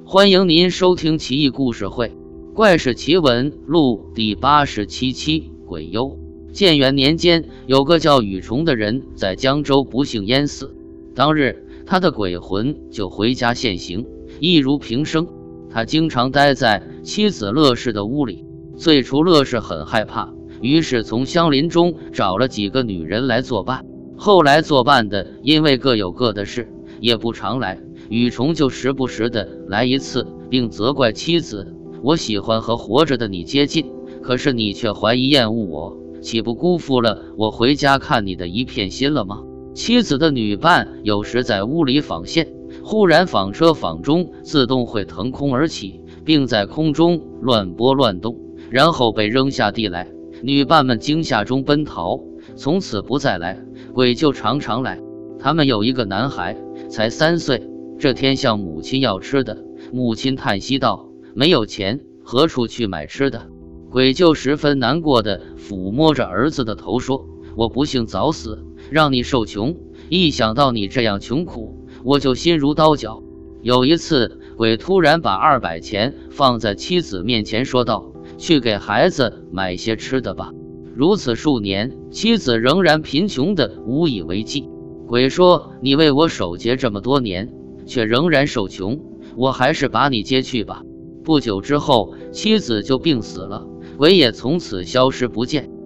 欢迎您收听奇异故事会《怪事奇闻录》第87期鬼幽。建元年间，有个叫禹虫的人在江州不幸淹死，当日他的鬼魂就回家现形，一如平生。他经常待在妻子乐氏的屋里，最初乐氏很害怕，于是从乡邻中找了几个女人来作伴。后来作伴的因为各有各的事，也不常来，禹虫就时不时的来一次，并责怪妻子：我喜欢和活着的你接近，可是你却怀疑厌恶我，岂不辜负了我回家看你的一片心了吗？妻子的女伴有时在屋里纺线，忽然纺车纺中自动会腾空而起，并在空中乱波乱动，然后被扔下地来。女伴们惊吓中奔逃，从此不再来，鬼就常常来。他们有一个男孩，才3岁，这天向母亲要吃的，母亲叹息道：没有钱，何处去买吃的？鬼就十分难过地抚摸着儿子的头说：我不幸早死，让你受穷，一想到你这样穷苦，我就心如刀绞。有一次，鬼突然把200钱放在妻子面前说道：去给孩子买些吃的吧。如此数年，妻子仍然贫穷的无以为继。鬼说：你为我守节这么多年，却仍然受穷，我还是把你接去吧。不久之后，妻子就病死了，鬼也从此消失不见。